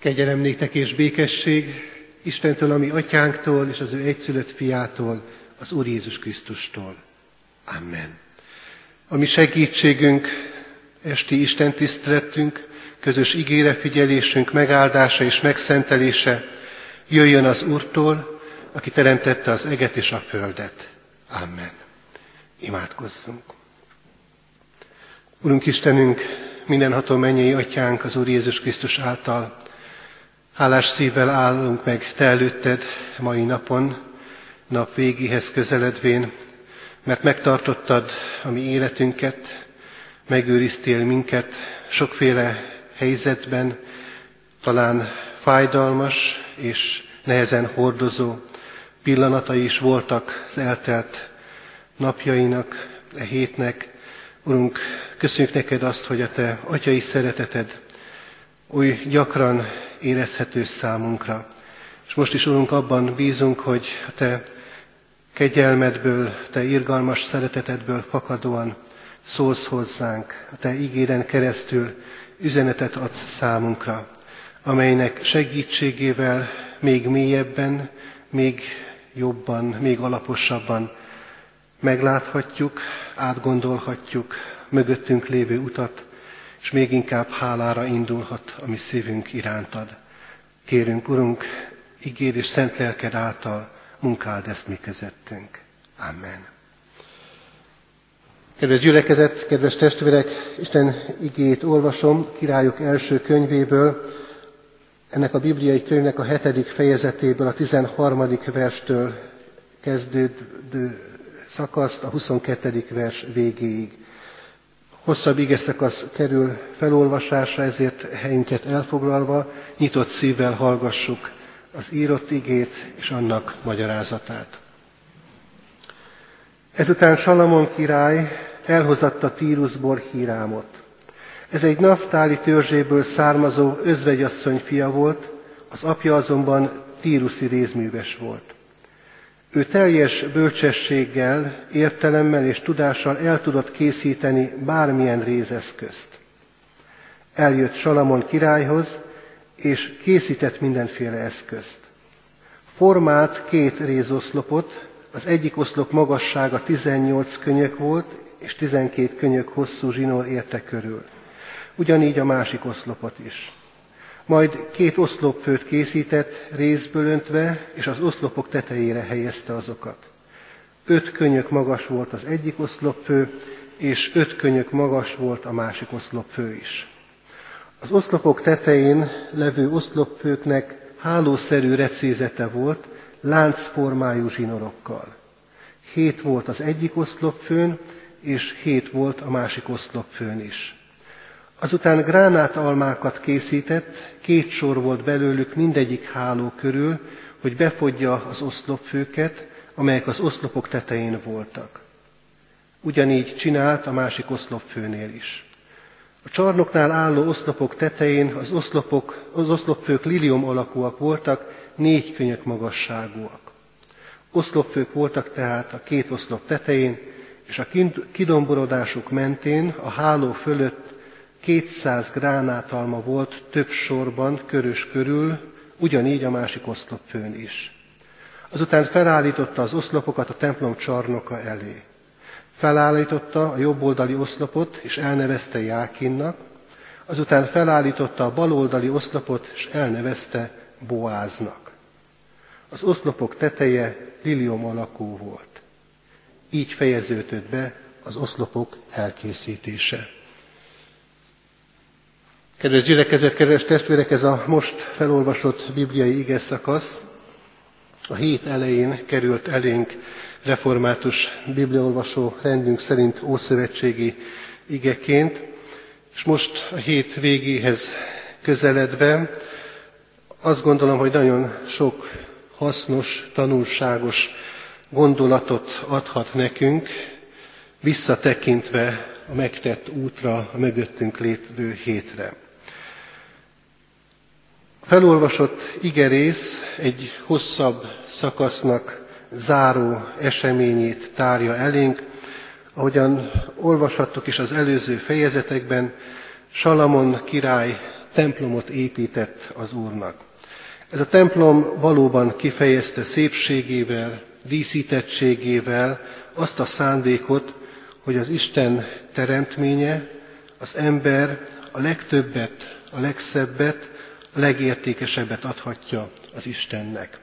Kegyelem néktek és békesség Istentől, a mi atyánktól, és az ő egyszülött fiától, az Úr Jézus Krisztustól. Amen. A mi segítségünk, esti Isten tiszteletünk, közös igére figyelésünk megáldása és megszentelése jöjjön az Úrtól, aki teremtette az eget és a földet. Amen. Imádkozzunk. Urunk Istenünk, mindenható mennyei atyánk az Úr Jézus Krisztus által, hálás szívvel állunk meg Te előtted mai napon, nap végéhez közeledvén, mert megtartottad a mi életünket, megőriztél minket sokféle helyzetben, talán fájdalmas és nehezen hordozó pillanatai is voltak az eltelt napjainak, a hétnek. Urunk, köszönjük neked azt, hogy a Te atyai szereteted oly gyakran érezhető számunkra. És most is, Urunk, abban bízunk, hogy a Te kegyelmedből, Te irgalmas szeretetedből fakadóan szólsz hozzánk, a Te igéden keresztül üzenetet adsz számunkra, amelynek segítségével még mélyebben, még jobban, még alaposabban megláthatjuk, átgondolhatjuk mögöttünk lévő utat, és még inkább hálára indulhat a mi szívünk irántad. Kérünk, Urunk, igéd és szent lelked által munkáld ezt mi közöttünk. Amen. Kedves gyülekezet, kedves testvérek, Isten igéjét olvasom Királyok első könyvéből, ennek a bibliai könyvnek a 7. fejezetéből, a 13. verstől kezdődő szakaszt a 22. vers végéig. Hosszabb igeszakasz kerül felolvasásra, ezért helyünket elfoglalva, nyitott szívvel hallgassuk az írott igét és annak magyarázatát. Ezután Salamon király elhozatta Tírusból Hírámot. Ez egy Naftáli törzséből származó özvegyasszony fia volt, az apja azonban tíruszi rézműves volt. Ő teljes bölcsességgel, értelemmel és tudással el tudott készíteni bármilyen rézeszközt. Eljött Salamon királyhoz, és készített mindenféle eszközt. Formált 2 rézoszlopot, az egyik oszlop magassága 18 könyök volt, és 12 könyök hosszú zsinór érte körül. Ugyanígy a másik oszlopot is. Majd 2 oszlopfőt készített, rézből öntve, és az oszlopok tetejére helyezte azokat. 5 könyök magas volt az egyik oszlopfő, és 5 könyök magas volt a másik oszlopfő is. Az oszlopok tetején levő oszlopfőknek hálószerű recézete volt, láncformájú zsinorokkal. 7 volt az egyik oszlopfőn, és 7 volt a másik oszlopfőn is. Azután gránátalmákat készített, 2 sor volt belőlük mindegyik háló körül, hogy befogja az oszlopfőket, amelyek az oszlopok tetején voltak. Ugyanígy csinált a másik oszlopfőnél is. A csarnoknál álló oszlopok tetején az oszlopfők liliom alakúak voltak, 4 könyök magasságúak. Oszlopfők voltak tehát a 2 oszlop tetején, és a kidomborodásuk mentén a háló fölött 200 gránátalma volt több sorban, körös körül, ugyanígy a másik oszlopfőn is. Azután felállította az oszlopokat a templom csarnoka elé. Felállította a jobboldali oszlopot, és elnevezte Jákinnak, azután felállította a baloldali oszlopot, és elnevezte Boáznak. Az oszlopok teteje liliom alakú volt. Így fejeződött be az oszlopok elkészítése. Kedves gyülekezet, kedves testvérek, ez a most felolvasott bibliai igeszakasz a hét elején került elénk református bibliaolvasó rendünk szerint ószövetségi igeként, és most a hét végéhez közeledve azt gondolom, hogy nagyon sok hasznos, tanulságos gondolatot adhat nekünk, visszatekintve a megtett útra, a mögöttünk lévő hétre. A felolvasott igerész egy hosszabb szakasznak záró eseményét tárja elénk. Ahogyan olvashattuk is az előző fejezetekben, Salamon király templomot épített az Úrnak. Ez a templom valóban kifejezte szépségével, díszítettségével azt a szándékot, hogy az Isten teremtménye, az ember a legtöbbet, a legszebbet, a legértékesebbet adhatja az Istennek.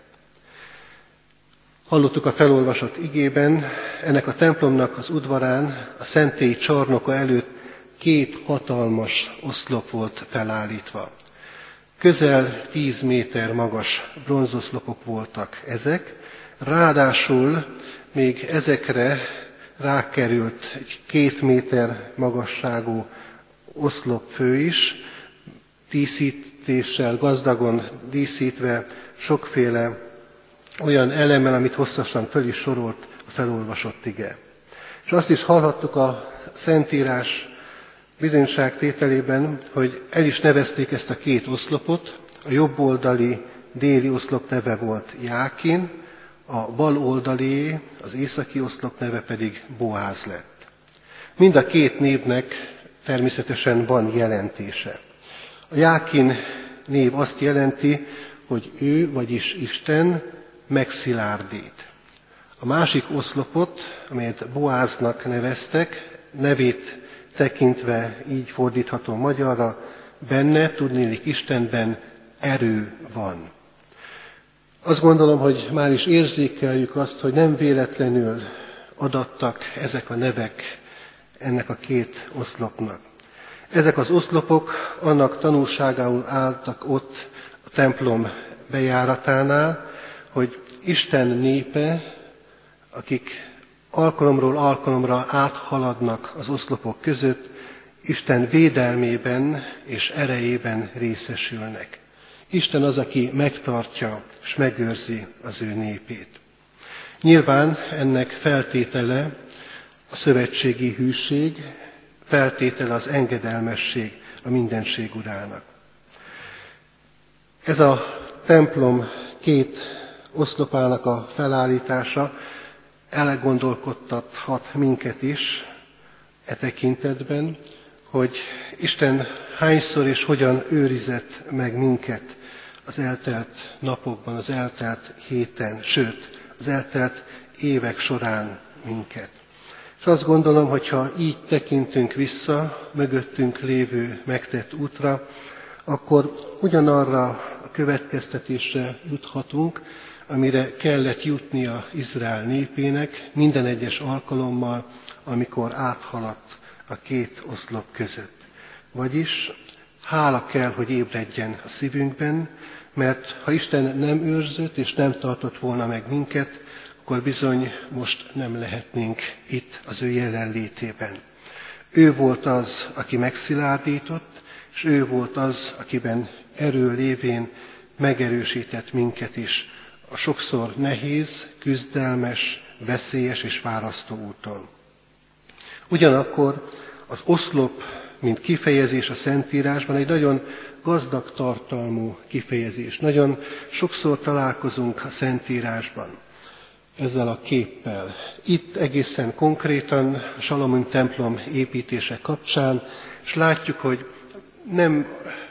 Hallottuk a felolvasott igében, ennek a templomnak az udvarán, a szentély csarnoka előtt 2 hatalmas oszlop volt felállítva. Közel 10 méter magas bronzoszlopok voltak ezek, ráadásul még ezekre rákerült egy 2 méter magasságú oszlopfő is, díszítéssel, gazdagon díszítve, sokféle olyan elemmel, amit hosszasan föl is sorolt a felolvasott ige. És azt is hallhattuk a Szentírás bizonyságtételében, hogy el is nevezték ezt a 2 oszlopot, a jobb oldali déli oszlop neve volt Jákin, a bal oldali, az északi oszlop neve pedig Boáz lett. Mind a 2 névnek természetesen van jelentése. A Jákin név azt jelenti, hogy ő, vagyis Isten megszilárdít. A másik oszlopot, amelyet Boáznak neveztek, nevét tekintve így fordítható magyarra, benne, tudnélik Istenben erő van. Azt gondolom, hogy már is érzékeljük azt, hogy nem véletlenül adattak ezek a nevek ennek a 2 oszlopnak. Ezek az oszlopok annak tanulságául álltak ott a templom bejáratánál, hogy Isten népe, akik alkalomról alkalomra áthaladnak az oszlopok között, Isten védelmében és erejében részesülnek. Isten az, aki megtartja és megőrzi az ő népét. Nyilván ennek feltétele a szövetségi hűség, feltétele az engedelmesség a mindenség urának. Ez a templom 2 oszlopának a felállítása elgondolkodtathat minket is e tekintetben, hogy Isten hányszor és hogyan őrizett meg minket az eltelt napokban, az eltelt héten, sőt, az eltelt évek során minket. És azt gondolom, hogyha így tekintünk vissza mögöttünk lévő megtett útra, akkor ugyanarra a következtetésre juthatunk, amire kellett jutnia Izrael népének minden egyes alkalommal, amikor áthaladt a 2 oszlop között. Vagyis hála kell, hogy ébredjen a szívünkben, mert ha Isten nem őrzött és nem tartott volna meg minket, akkor bizony most nem lehetnénk itt az ő jelenlétében. Ő volt az, aki megszilárdított, és ő volt az, akiben erő lévén megerősített minket is a sokszor nehéz, küzdelmes, veszélyes és fárasztó úton. Ugyanakkor az oszlop, mint kifejezés a Szentírásban egy nagyon gazdag tartalmú kifejezés. Nagyon sokszor találkozunk a Szentírásban ezzel a képpel. Itt egészen konkrétan a Salamon templom építése kapcsán, és látjuk, hogy nem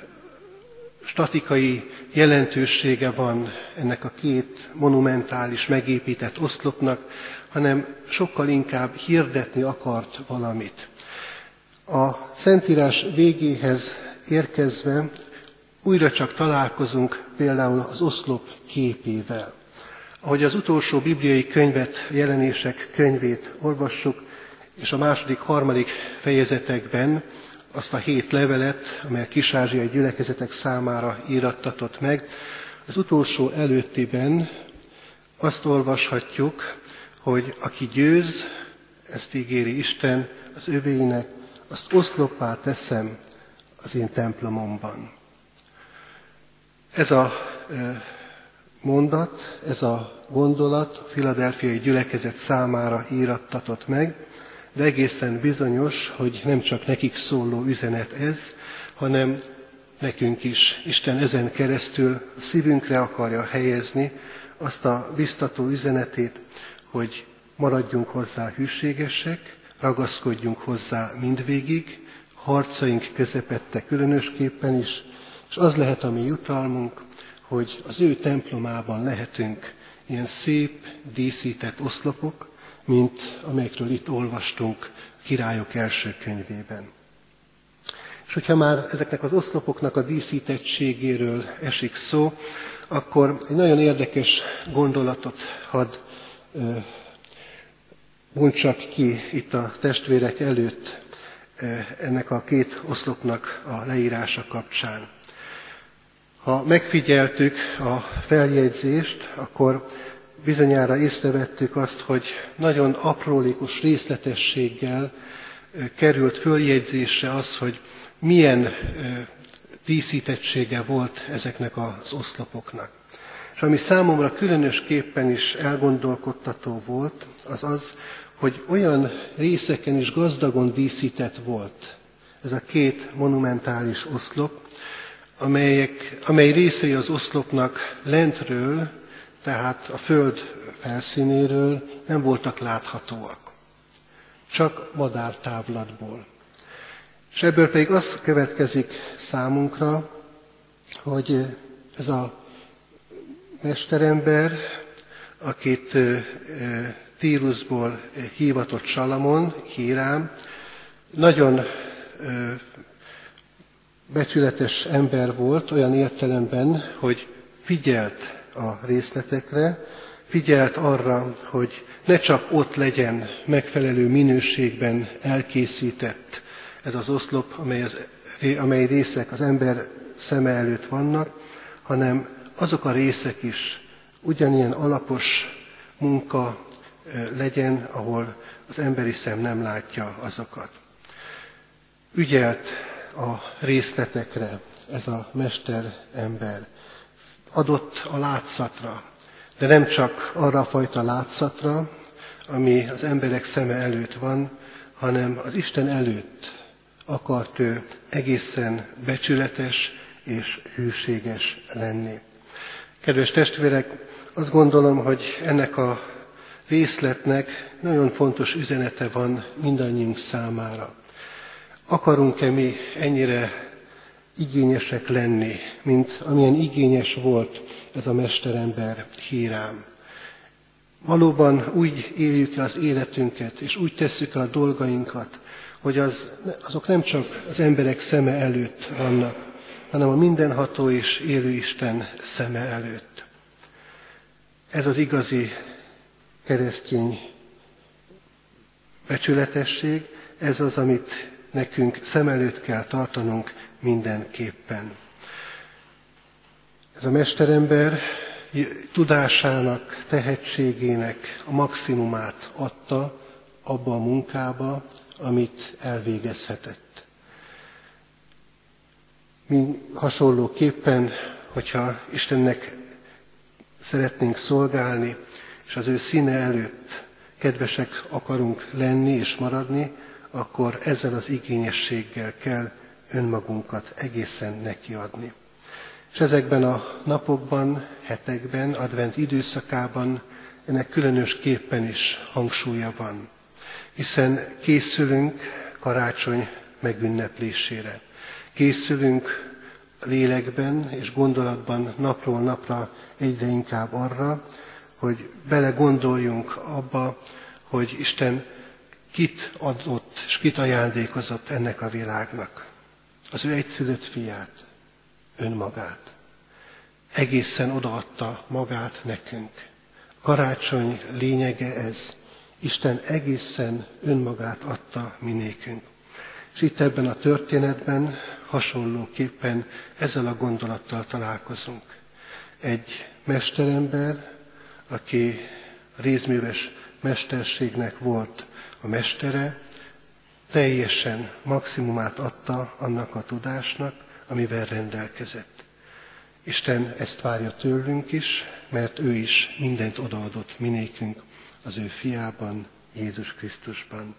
statikai jelentősége van ennek a 2 monumentális megépített oszlopnak, hanem sokkal inkább hirdetni akart valamit. A Szentírás végéhez érkezve újra csak találkozunk például az oszlop képével. Ahogy az utolsó bibliai könyvet, Jelenések könyvét olvassuk, és a 2., 3. fejezetekben azt a 7 levelet, amely a kis-ázsiai gyülekezetek számára írattatott meg, az utolsó előttiben azt olvashatjuk, hogy aki győz, ezt ígéri Isten az övéinek, azt oszloppá teszem az én templomomban. Ez a mondat, ez a gondolat a filadelfiai gyülekezet számára írattatott meg, de egészen bizonyos, hogy nem csak nekik szóló üzenet ez, hanem nekünk is. Isten ezen keresztül a szívünkre akarja helyezni azt a biztató üzenetét, hogy maradjunk hozzá hűségesek, ragaszkodjunk hozzá mindvégig, harcaink közepette különösképpen is, és az lehet a mi jutalmunk, hogy az ő templomában lehetünk ilyen szép, díszített oszlopok, mint amelyekről itt olvastunk a Királyok első könyvében. És hogyha már ezeknek az oszlopoknak a díszítettségéről esik szó, akkor egy nagyon érdekes gondolatot hadd bontsak ki itt a testvérek előtt ennek a két oszlopnak a leírása kapcsán. Ha megfigyeltük a feljegyzést, akkor bizonyára észrevettük azt, hogy nagyon aprólékos részletességgel került följegyzésre az, hogy milyen díszítettsége volt ezeknek az oszlopoknak. És ami számomra különösképpen is elgondolkodtató volt, az az, hogy olyan részeken is gazdagon díszített volt ez a két monumentális oszlop, amely részei az oszlopnak lentről, tehát a föld felszínéről nem voltak láthatóak, csak madártávlatból. És ebből pedig az következik számunkra, hogy ez a mesterember, akit Tírusból hívatott Salamon, Hírám, nagyon becsületes ember volt olyan értelemben, hogy figyelt a részletekre, figyelt arra, hogy ne csak ott legyen megfelelő minőségben elkészített ez az oszlop, amely részek az ember szeme előtt vannak, hanem azok a részek is ugyanilyen alapos munka legyen, ahol az emberi szem nem látja azokat. Ügyelt a részletekre ez a mesterember, adott a látszatra, de nem csak arra a fajta látszatra, ami az emberek szeme előtt van, hanem az Isten előtt akart ő egészen becsületes és hűséges lenni. Kedves testvérek, azt gondolom, hogy ennek a részletnek nagyon fontos üzenete van mindannyiunk számára. Akarunk-e mi ennyire igényesek lenni, mint amilyen igényes volt ez a mesterember, Hírám? Valóban úgy éljük az életünket, és úgy tesszük a dolgainkat, hogy azok nem csak az emberek szeme előtt vannak, hanem a mindenható és élő Isten szeme előtt. Ez az igazi keresztény becsületesség, ez az, amit nekünk szem előtt kell tartanunk mindenképpen. Ez a mesterember tudásának, tehetségének a maximumát adta abba a munkába, amit elvégezhetett. Mi hasonlóképpen, hogyha Istennek szeretnénk szolgálni, és az ő színe előtt kedvesek akarunk lenni és maradni, akkor ezzel az igényességgel kell önmagunkat egészen nekiadni. És ezekben a napokban, hetekben, advent időszakában ennek különösképpen is hangsúlya van, hiszen készülünk karácsony megünneplésére. Készülünk lélekben és gondolatban napról napra egyre inkább arra, hogy belegondoljunk abba, hogy Isten kit adott és kit ajándékozott ennek a világnak. Az ő egyszülött fiát, önmagát. Egészen odaadta magát nekünk. Karácsony lényege ez. Isten egészen önmagát adta minékünk. És itt ebben a történetben hasonlóképpen ezzel a gondolattal találkozunk. Egy mesterember, aki rézműves mesterségnek volt a mestere, teljesen maximumát adta annak a tudásnak, amivel rendelkezett. Isten ezt várja tőlünk is, mert ő is mindent odaadott minékünk az ő fiában, Jézus Krisztusban.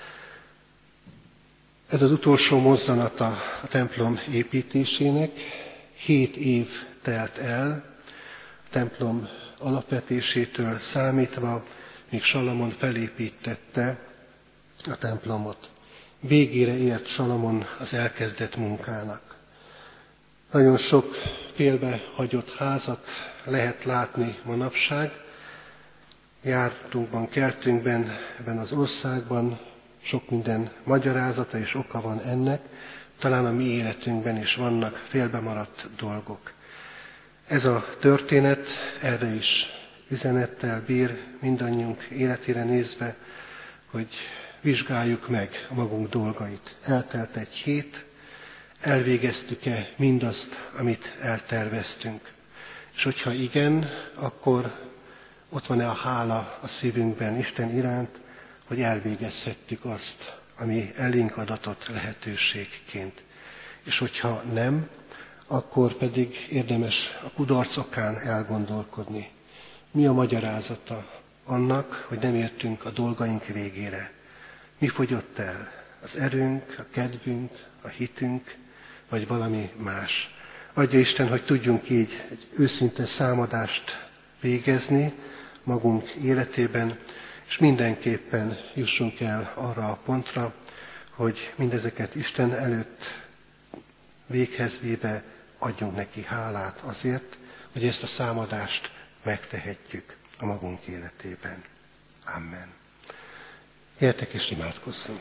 Ez az utolsó mozzanata a templom építésének. 7 év telt el a templom alapvetésétől számítva, míg Salamon felépítette a templomot. Végére ért Salamon az elkezdett munkának. Nagyon sok félbehagyott házat lehet látni manapság. Jártunkban, keltünkben, ebben az országban sok minden magyarázata és oka van ennek. Talán a mi életünkben is vannak félbemaradt dolgok. Ez a történet erre is üzenettel bír mindannyiunk életére nézve, hogy vizsgáljuk meg a magunk dolgait. Eltelt egy hét, elvégeztük-e mindazt, amit elterveztünk? És hogyha igen, akkor ott van-e a hála a szívünkben Isten iránt, hogy elvégezhettük azt, ami elénk adatott lehetőségként. És hogyha nem, akkor pedig érdemes a kudarc okán elgondolkodni. Mi a magyarázata annak, hogy nem értünk a dolgaink végére? Mi fogyott el? Az erőnk, a kedvünk, a hitünk, vagy valami más? Adja Isten, hogy tudjunk így egy őszinte számadást végezni magunk életében, és mindenképpen jussunk el arra a pontra, hogy mindezeket Isten előtt véghez véve adjunk neki hálát azért, hogy ezt a számadást megtehetjük a magunk életében. Amen. Gyertek és imádkozzunk.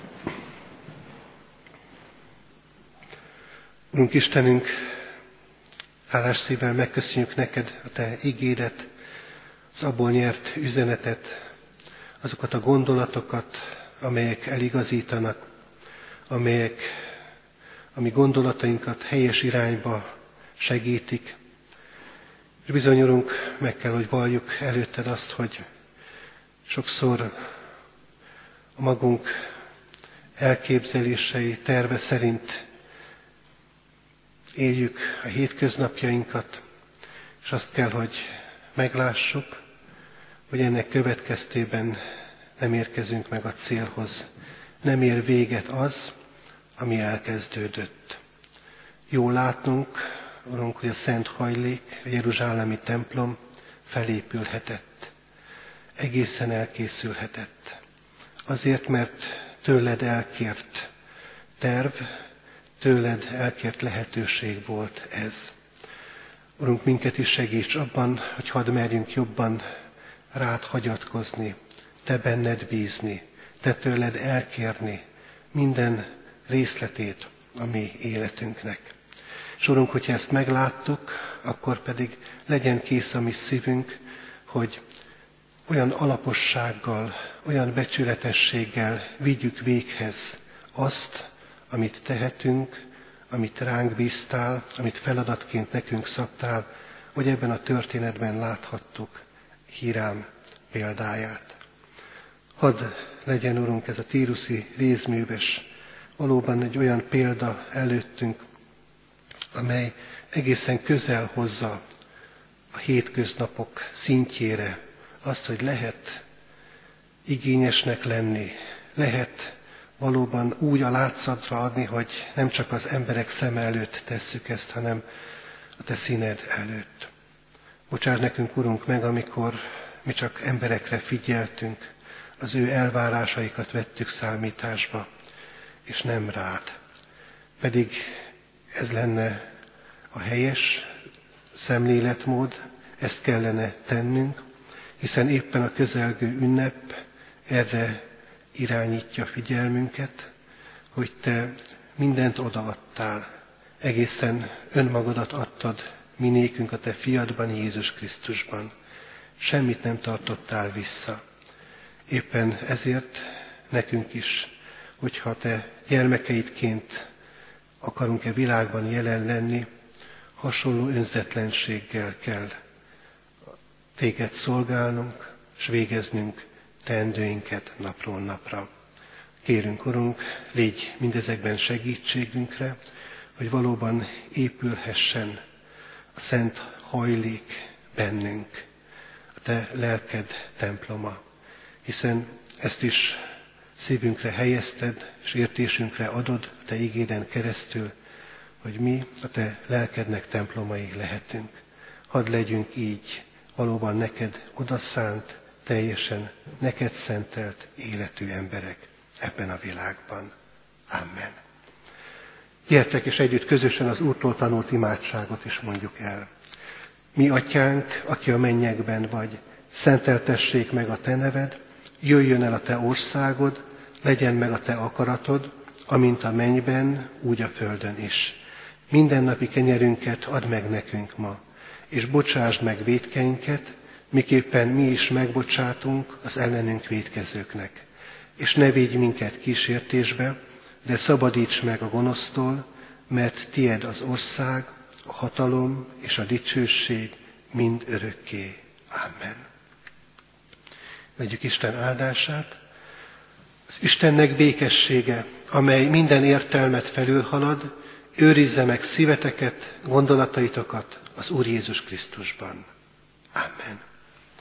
Urunk Istenünk, hálás szívvel megköszönjük neked a te igédet, az abból nyert üzenetet, azokat a gondolatokat, amelyek eligazítanak, amelyek a mi gondolatainkat helyes irányba segítik. És bizony, Urunk, meg kell, hogy valljuk előtted azt, hogy sokszor a magunk elképzelései, terve szerint éljük a hétköznapjainkat, és azt kell, hogy meglássuk, hogy ennek következtében nem érkezünk meg a célhoz, nem ér véget az, ami elkezdődött. Jó látnunk, Urunk, hogy a Szent Hajlék, a jeruzsálemi templom felépülhetett, egészen elkészülhetett. Azért, mert tőled elkért terv, tőled elkért lehetőség volt ez. Urunk, minket is segíts abban, hogy hadd merjünk jobban rád hagyatkozni, te benned bízni, te tőled elkérni minden részletét a mi életünknek. És Urunk, hogyha ezt megláttuk, akkor pedig legyen kész a mi szívünk, hogy olyan alapossággal, olyan becsületességgel vigyük véghez azt, amit tehetünk, amit ránk bíztál, amit feladatként nekünk szabtál, hogy ebben a történetben láthattuk Hírám példáját. Hadd legyen, Urunk, ez a tíruszi rézműves valóban egy olyan példa előttünk, amely egészen közel hozza a hétköznapok szintjére azt, hogy lehet igényesnek lenni, lehet valóban úgy a látszatra adni, hogy nem csak az emberek szeme előtt tesszük ezt, hanem a te színed előtt. Bocsáss nekünk, Urunk, meg, amikor mi csak emberekre figyeltünk, az ő elvárásaikat vettük számításba, és nem rád. Pedig ez lenne a helyes szemléletmód, ezt kellene tennünk, hiszen éppen a közelgő ünnep erre irányítja figyelmünket, hogy te mindent odaadtál, egészen önmagadat adtad minékünk a te fiadban, Jézus Krisztusban. Semmit nem tartottál vissza. Éppen ezért nekünk is, hogyha te gyermekeidként akarunk-e világban jelen lenni, hasonló önzetlenséggel kell téged szolgálnunk, és végeznünk teendőinket napról napra. Kérünk, Urunk, légy mindezekben segítségünkre, hogy valóban épülhessen a Szent Hajlék bennünk, a te lelked temploma, hiszen ezt is szívünkre helyezted, és értésünkre adod a te igéden keresztül, hogy mi a te lelkednek templomai lehetünk. Hadd legyünk így valóban neked odaszánt, teljesen neked szentelt életű emberek ebben a világban. Amen. Gyertek és együtt közösen az Úrtól tanult imádságot is mondjuk el. Mi atyánk, aki a mennyekben vagy, szenteltessék meg a te neved, jöjjön el a te országod, legyen meg a te akaratod, amint a mennyben, úgy a földön is. Mindennapi kenyerünket add meg nekünk ma, és bocsásd meg vétkeinket, miképpen mi is megbocsátunk az ellenünk vétkezőknek. És ne védj minket kísértésbe, de szabadíts meg a gonosztól, mert tied az ország, a hatalom és a dicsőség mind örökké. Amen. Vegyük Isten áldását. Az Istennek békessége, amely minden értelmet felülhalad, őrizze meg szíveteket, gondolataitokat az Úr Jézus Krisztusban. Amen.